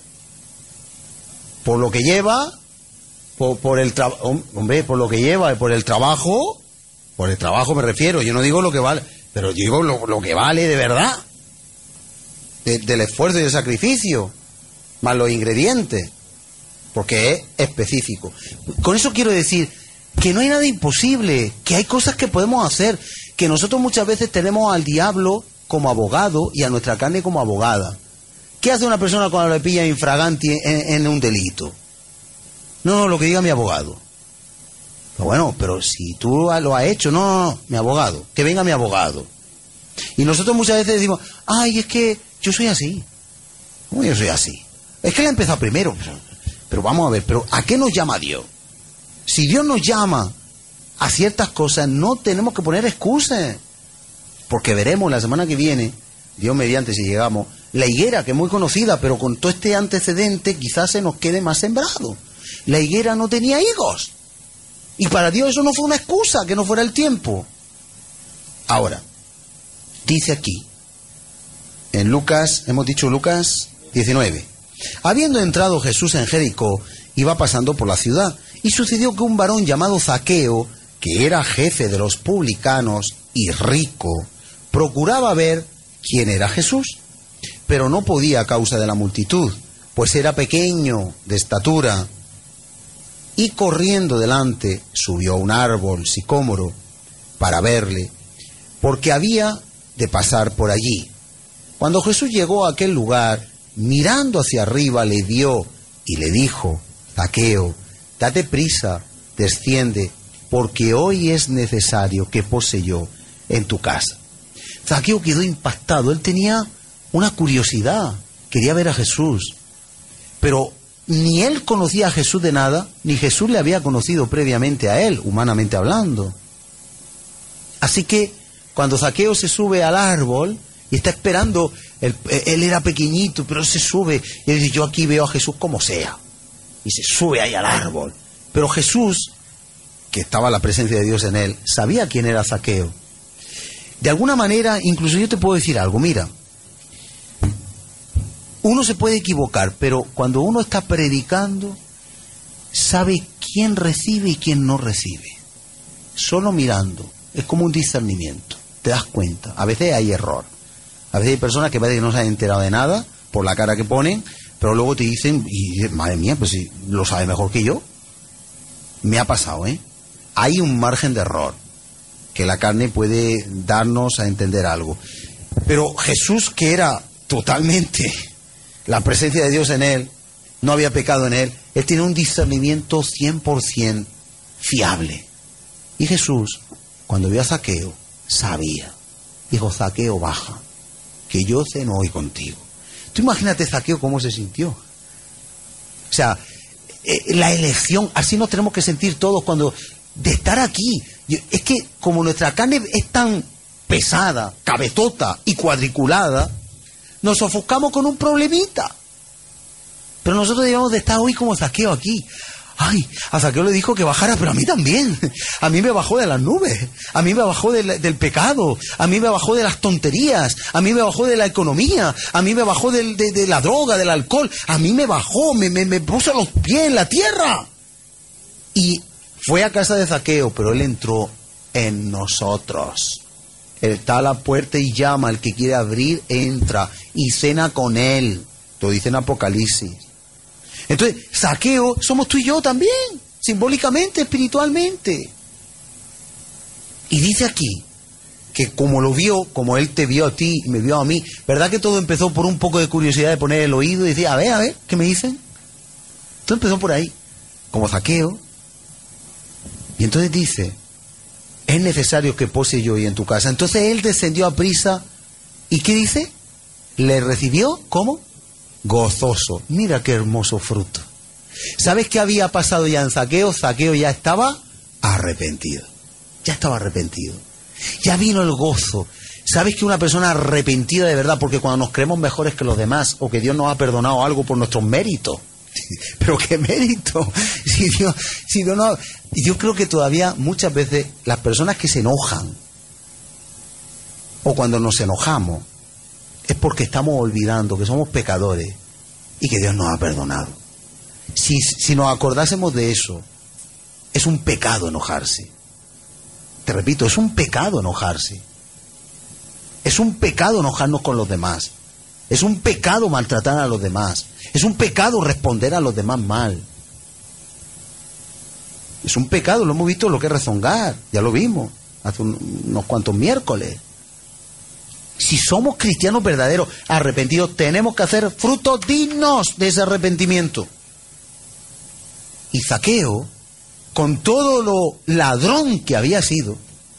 Speaker 2: Por lo que lleva, por, por el trabajo, hombre, por lo que lleva, por el trabajo, por el trabajo me refiero, yo no digo lo que vale, pero yo digo lo, lo que vale de verdad, de, del esfuerzo y del sacrificio, más los ingredientes, porque es específico. Con eso quiero decir que no hay nada imposible, que hay cosas que podemos hacer, que nosotros muchas veces tenemos al diablo como abogado y a nuestra carne como abogada. ¿Qué hace una persona cuando le pilla infraganti en, en un delito? No, no, lo que diga mi abogado. Pero bueno, pero si tú lo has hecho, no, no, no, mi abogado, que venga mi abogado. Y nosotros muchas veces decimos, ay, es que yo soy así. ¿Cómo yo soy así? Es que él ha empezado primero. Pero, pero vamos a ver, pero ¿a qué nos llama Dios? Si Dios nos llama a ciertas cosas, no tenemos que poner excusas. Porque veremos la semana que viene, Dios mediante si llegamos, la higuera, que es muy conocida, pero con todo este antecedente quizás se nos quede más sembrado. La higuera no tenía higos. Y para Dios eso no fue una excusa, que no fuera el tiempo. Ahora, dice aquí, en Lucas, hemos dicho Lucas diecinueve. Habiendo entrado Jesús en Jericó, iba pasando por la ciudad, y sucedió que un varón llamado Zaqueo, que era jefe de los publicanos y rico, procuraba ver quién era Jesús, pero no podía a causa de la multitud, pues era pequeño de estatura, y corriendo delante subió a un árbol sicómoro para verle, porque había de pasar por allí. Cuando Jesús llegó a aquel lugar, mirando hacia arriba le vio y le dijo, Zaqueo, date prisa, desciende, porque hoy es necesario que pose yo en tu casa. Zaqueo quedó impactado, él tenía una curiosidad, quería ver a Jesús, pero ni él conocía a Jesús de nada, ni Jesús le había conocido previamente a él, humanamente hablando. Así que cuando Zaqueo se sube al árbol y está esperando, él, él era pequeñito, pero se sube y él dice, yo aquí veo a Jesús como sea, y se sube ahí al árbol. Pero Jesús, que estaba la presencia de Dios en él, sabía quién era Zaqueo. De alguna manera, incluso yo te puedo decir algo, mira, uno se puede equivocar, pero cuando uno está predicando, sabe quién recibe y quién no recibe. Solo mirando, es como un discernimiento, te das cuenta. A veces hay error, a veces hay personas que parece que no se han enterado de nada por la cara que ponen, pero luego te dicen, y madre mía, pues si lo sabe mejor que yo. Me ha pasado, ¿eh? Hay un margen de error, que la carne puede darnos a entender algo. Pero Jesús, que era totalmente la presencia de Dios en él, no había pecado en él, Él tiene un discernimiento cien por ciento fiable. Y Jesús, cuando vio a Zaqueo, sabía. Dijo, Zaqueo, baja, que yo ceno hoy contigo. Tú imagínate, Zaqueo, cómo se sintió. O sea, eh, la elección, así nos tenemos que sentir todos cuando, de estar aquí. Yo, es que como nuestra carne es tan pesada, cabezota y cuadriculada, nos ofuscamos con un problemita. Pero nosotros debemos de estar hoy como Zaqueo aquí. Ay, a Zaqueo le dijo que bajara, pero a mí también. A mí me bajó de las nubes, a mí me bajó del, del pecado, a mí me bajó de las tonterías, a mí me bajó de la economía, a mí me bajó del, de, de la droga, del alcohol, a mí me bajó, me, me, me puso los pies en la tierra. Y fue a casa de Zaqueo, pero él entró en nosotros. Él está a la puerta y llama, el que quiere abrir, entra y cena con él. Lo dice en Apocalipsis. Entonces, Zaqueo somos tú y yo también, simbólicamente, espiritualmente. Y dice aquí que como lo vio, como él te vio a ti y me vio a mí, ¿verdad que todo empezó por un poco de curiosidad de poner el oído y decir, a ver, a ver, ¿qué me dicen? Todo empezó por ahí, como Zaqueo. Y entonces dice, es necesario que pose yo hoy en tu casa. Entonces él descendió a prisa, ¿y qué dice? Le recibió, ¿cómo? Gozoso. Mira qué hermoso fruto. ¿Sabes qué había pasado ya en Zaqueo? Zaqueo ya estaba arrepentido. Ya estaba arrepentido. Ya vino el gozo. ¿Sabes que una persona arrepentida de verdad, porque cuando nos creemos mejores que los demás, o que Dios nos ha perdonado algo por nuestros méritos? Pero qué mérito. Si Dios, si Dios no, yo creo que todavía muchas veces las personas que se enojan, o cuando nos enojamos, es porque estamos olvidando que somos pecadores y que Dios nos ha perdonado. Si, si nos acordásemos de eso, es un pecado enojarse. Te repito, es un pecado enojarse. Es un pecado enojarnos con los demás. Es un pecado maltratar a los demás. Es un pecado responder a los demás mal. Es un pecado, lo hemos visto lo que es rezongar, ya lo vimos hace un, unos cuantos miércoles. Si somos cristianos verdaderos, arrepentidos, tenemos que hacer frutos dignos de ese arrepentimiento. Y Zaqueo, con todo lo ladrón que había sido,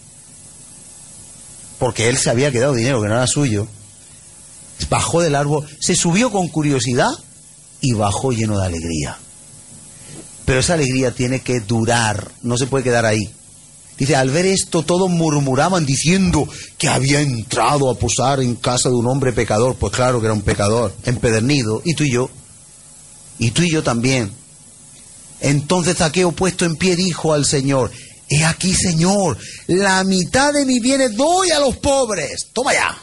Speaker 2: porque él se había quedado dinero que no era suyo, bajó del árbol, se subió con curiosidad y bajó lleno de alegría. Pero esa alegría tiene que durar, no se puede quedar ahí. Dice, al ver esto todos murmuraban diciendo que había entrado a posar en casa de un hombre pecador. Pues claro que era un pecador, empedernido. Y tú y yo, y tú y yo también. Entonces Zaqueo, puesto en pie, dijo al Señor, he aquí, Señor, la mitad de mis bienes doy a los pobres. Toma ya.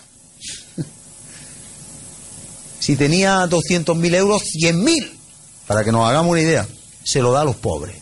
Speaker 2: Si tenía doscientos mil euros, cien mil, para que nos hagamos una idea, se lo da a los pobres.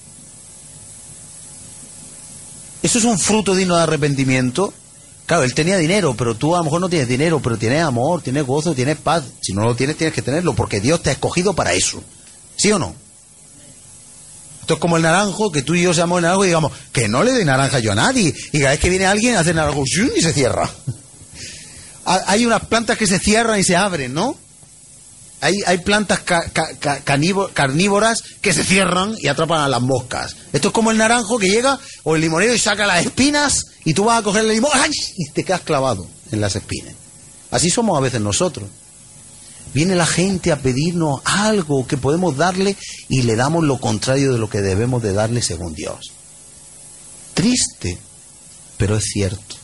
Speaker 2: ¿Eso es un fruto digno de arrepentimiento? Claro, él tenía dinero, pero tú a lo mejor no tienes dinero, pero tienes amor, tienes gozo, tienes paz. Si no lo tienes, tienes que tenerlo, porque Dios te ha escogido para eso. ¿Sí o no? Esto es como el naranjo, que tú y yo seamos el naranjo y digamos, que no le dé naranja yo a nadie. Y cada vez que viene alguien, hace naranjo y se cierra. Hay unas plantas que se cierran y se abren, ¿no? Hay, hay plantas ca, ca, ca, carnívoras que se cierran y atrapan a las moscas. Esto es como el naranjo que llega, o el limonero, y saca las espinas, y tú vas a coger el limón, ¡ay!, y te quedas clavado en las espinas. Así somos a veces nosotros. Viene la gente a pedirnos algo que podemos darle y le damos lo contrario de lo que debemos de darle según Dios. Triste, pero es cierto.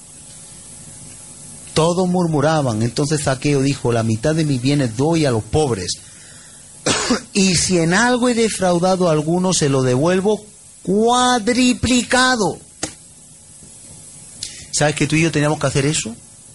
Speaker 2: Todos murmuraban. Entonces Zaqueo dijo, la mitad de mis bienes doy a los pobres. Y si en algo he defraudado a alguno, se lo devuelvo cuadriplicado. ¿Sabes que tú y yo teníamos que hacer eso?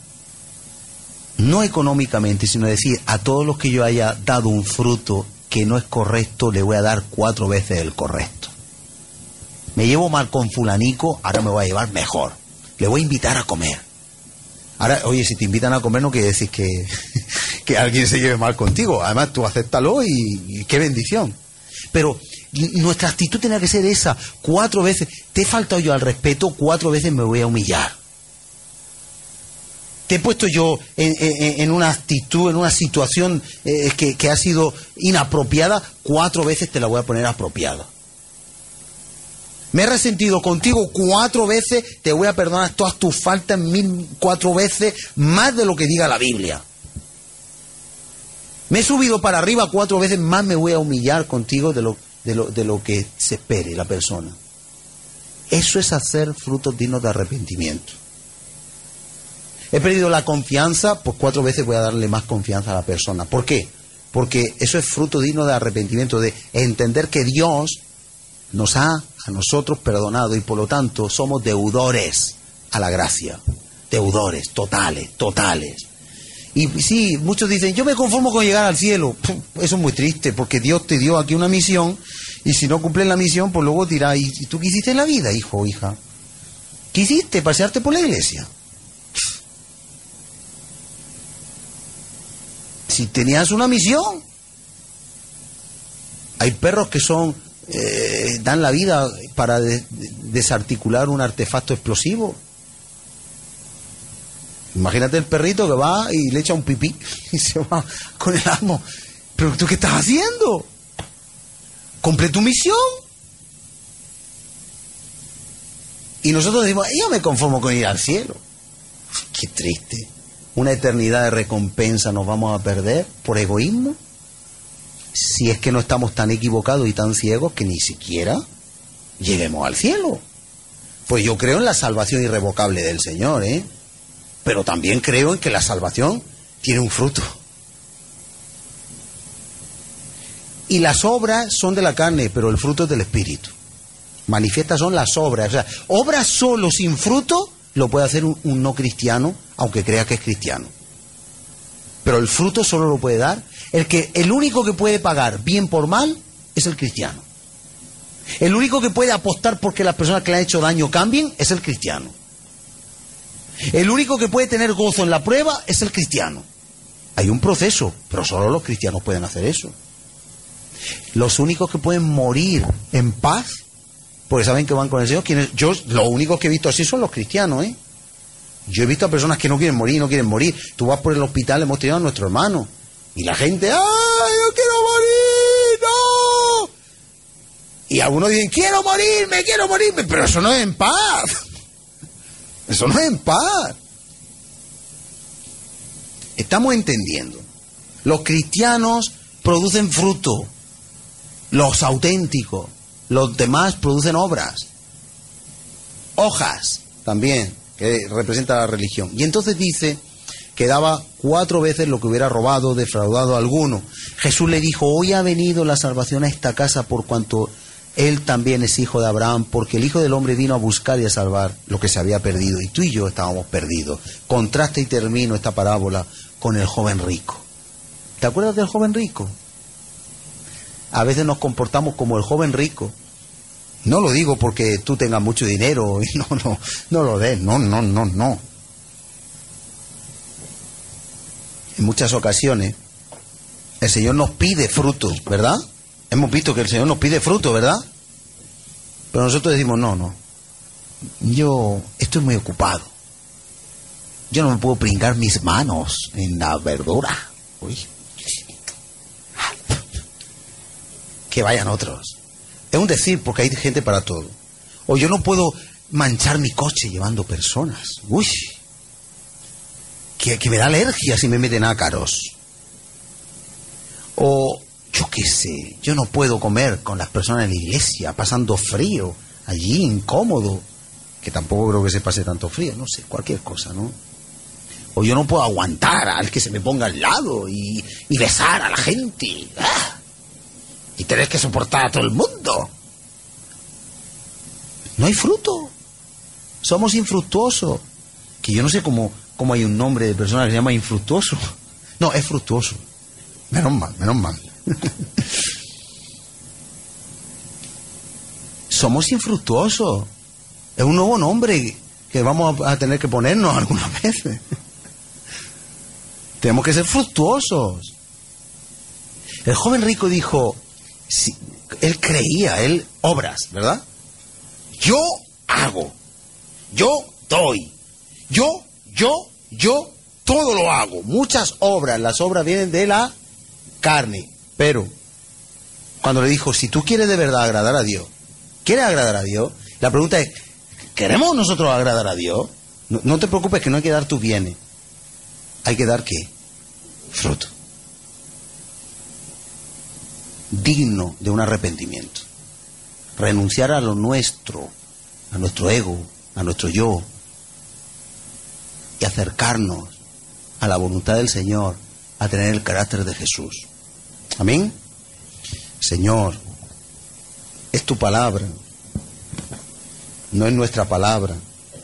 Speaker 2: No económicamente, sino decir, a todos los que yo haya dado un fruto que no es correcto, le voy a dar cuatro veces el correcto. Me llevo mal con fulanico, ahora me voy a llevar mejor. Le voy a invitar a comer. Ahora, oye, si te invitan a comer no quiere decir que, que alguien se lleve mal contigo. Además, tú acéptalo y, y qué bendición. Pero nuestra actitud tiene que ser esa. Cuatro veces, te he faltado yo al respeto, cuatro veces me voy a humillar. te he puesto yo en, en, en una actitud, en una situación eh, que, que ha sido inapropiada, cuatro veces te la voy a poner apropiada. Me he resentido contigo cuatro veces, te voy a perdonar todas tus faltas mil cuatro veces, más de lo que diga la Biblia. Me he subido para arriba cuatro veces, más me voy a humillar contigo de lo, de lo, de lo que se espere la persona. Eso es hacer frutos dignos de arrepentimiento. He perdido la confianza, pues cuatro veces voy a darle más confianza a la persona. ¿Por qué? Porque eso es fruto digno de arrepentimiento, de entender que Dios nos ha a nosotros perdonado y por lo tanto somos deudores a la gracia. Deudores, totales, totales. Y sí, muchos dicen, yo me conformo con llegar al cielo. Eso es muy triste, porque Dios te dio aquí una misión y si no cumples la misión, pues luego dirá, ¿y tú qué hiciste en la vida, hijo o hija? ¿Qué hiciste? ¿Pasearte por la iglesia? Si tenías una misión. Hay perros que son eh, dan la vida para de, de, desarticular un artefacto explosivo. Imagínate el perrito que va y le echa un pipí y se va con el amo. ¿Pero tú qué estás haciendo? Cumple tu misión. Y nosotros decimos, yo me conformo con ir al cielo. Qué triste. Una eternidad de recompensa nos vamos a perder por egoísmo. Si es que no estamos tan equivocados y tan ciegos que ni siquiera lleguemos al cielo. Pues yo creo en la salvación irrevocable del Señor, ¿eh? Pero también creo en que la salvación tiene un fruto. Y las obras son de la carne, pero el fruto es del Espíritu. Manifiestas son las obras. O sea, obras solo sin fruto lo puede hacer un, un no cristiano, aunque crea que es cristiano. Pero el fruto solo lo puede dar el que el único que puede pagar bien por mal es el cristiano. El único que puede apostar porque las personas que le han hecho daño cambien es el cristiano. El único que puede tener gozo en la prueba es el cristiano. Hay un proceso, pero solo los cristianos pueden hacer eso. Los únicos que pueden morir en paz, porque saben que van con el Señor, ¿quiénes? Yo, los únicos que he visto así son los cristianos, ¿eh? Yo he visto a personas que no quieren morir, no quieren morir. Tú vas por el hospital, hemos tenido a nuestro hermano, y la gente, ¡ay, yo quiero morir! ¡No! Y algunos dicen, quiero morirme, quiero morirme, pero eso no es en paz. Eso no es en paz. Estamos entendiendo. Los cristianos producen fruto. Los auténticos. Los demás producen obras. Hojas también, que representa la religión. Y entonces dice que daba cuatro veces lo que hubiera robado, defraudado a alguno. Jesús le dijo, hoy ha venido la salvación a esta casa por cuanto él también es hijo de Abraham, porque el Hijo del Hombre vino a buscar y a salvar lo que se había perdido. Y tú y yo estábamos perdidos. Contrasta y termino esta parábola con el joven rico. ¿Te acuerdas del joven rico? A veces nos comportamos como el joven rico. No lo digo porque tú tengas mucho dinero y no, no, no lo des, no, no, no, no. En muchas ocasiones el Señor nos pide frutos, ¿verdad? Hemos visto que el Señor nos pide fruto, ¿verdad? Pero nosotros decimos, no, no. Yo estoy muy ocupado. Yo no me puedo pringar mis manos en la verdura. Uy. Que vayan otros. Es un decir, porque hay gente para todo. O yo no puedo manchar mi coche llevando personas. Uy. Que, que me da alergia si me meten ácaros. O yo qué sé, yo no puedo comer con las personas en la iglesia, pasando frío, allí, incómodo, que tampoco creo que se pase tanto frío, no sé, cualquier cosa, ¿no? O yo no puedo aguantar al que se me ponga al lado y, y besar a la gente, ¡ah! Y tener que soportar a todo el mundo. No hay fruto, somos infructuosos, que yo no sé cómo, cómo hay un nombre de persona que se llama infructuoso. No, es fructuoso, menos mal, menos mal. Somos infructuosos. Es un nuevo nombre que vamos a tener que ponernos algunas veces. Tenemos que ser fructuosos. El joven rico dijo, sí, él creía, él obras, ¿verdad? Yo hago, yo doy, yo, yo, yo, todo lo hago, muchas obras, las obras vienen de la carne. Pero cuando le dijo, si tú quieres de verdad agradar a Dios, ¿quieres agradar a Dios? La pregunta es, ¿queremos nosotros agradar a Dios? No, no te preocupes que no hay que dar tus bienes. Hay que dar ¿qué? Fruto. Digno de un arrepentimiento. Renunciar a lo nuestro, a nuestro ego, a nuestro yo, y acercarnos a la voluntad del Señor, a tener el carácter de Jesús. Amén. Señor, es tu palabra, no es nuestra palabra.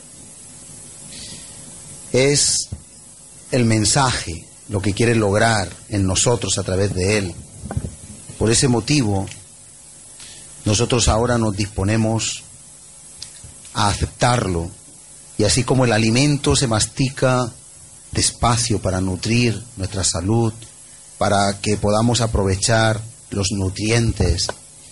Speaker 2: Es el mensaje, lo que quieres lograr en nosotros a través de él. Por ese motivo, nosotros ahora nos disponemos a aceptarlo, y así como el alimento se mastica despacio para nutrir nuestra salud, para que podamos aprovechar los nutrientes,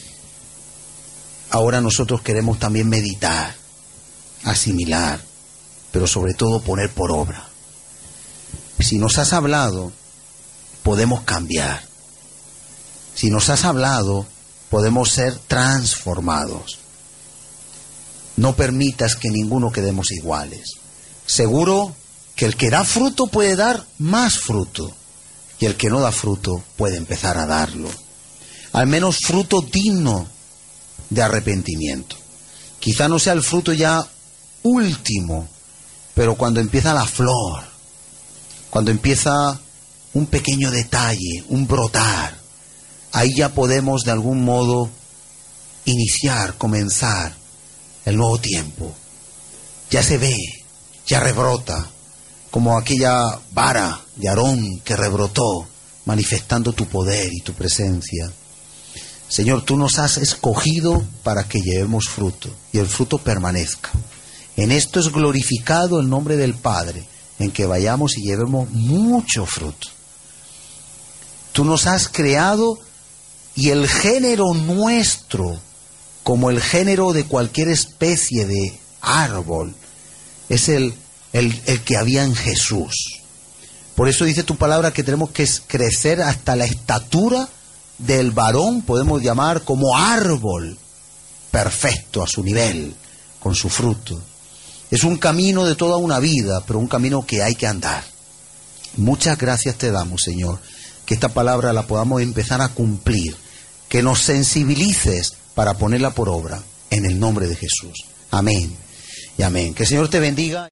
Speaker 2: ahora nosotros queremos también meditar, asimilar, pero sobre todo poner por obra. Si nos has hablado, podemos cambiar. Si nos has hablado, podemos ser transformados. No permitas que ninguno quedemos iguales. Seguro que el que da fruto puede dar más fruto, y el que no da fruto puede empezar a darlo. Al menos fruto digno de arrepentimiento. Quizá no sea el fruto ya último, pero cuando empieza la flor, cuando empieza un pequeño detalle, un brotar, ahí ya podemos de algún modo iniciar, comenzar el nuevo tiempo. Ya se ve, ya rebrota, como aquella vara de Aarón que rebrotó, manifestando tu poder y tu presencia. Señor, tú nos has escogido para que llevemos fruto, y el fruto permanezca. En esto es glorificado el nombre del Padre, en que vayamos y llevemos mucho fruto. Tú nos has creado, y el género nuestro, como el género de cualquier especie de árbol, es el, el, el que había en Jesús. Por eso dice tu palabra que tenemos que crecer hasta la estatura del varón, podemos llamar como árbol perfecto a su nivel, con su fruto. Es un camino de toda una vida, pero un camino que hay que andar. Muchas gracias te damos, Señor, que esta palabra la podamos empezar a cumplir, que nos sensibilices para ponerla por obra, en el nombre de Jesús. Amén y amén. Que el Señor te bendiga.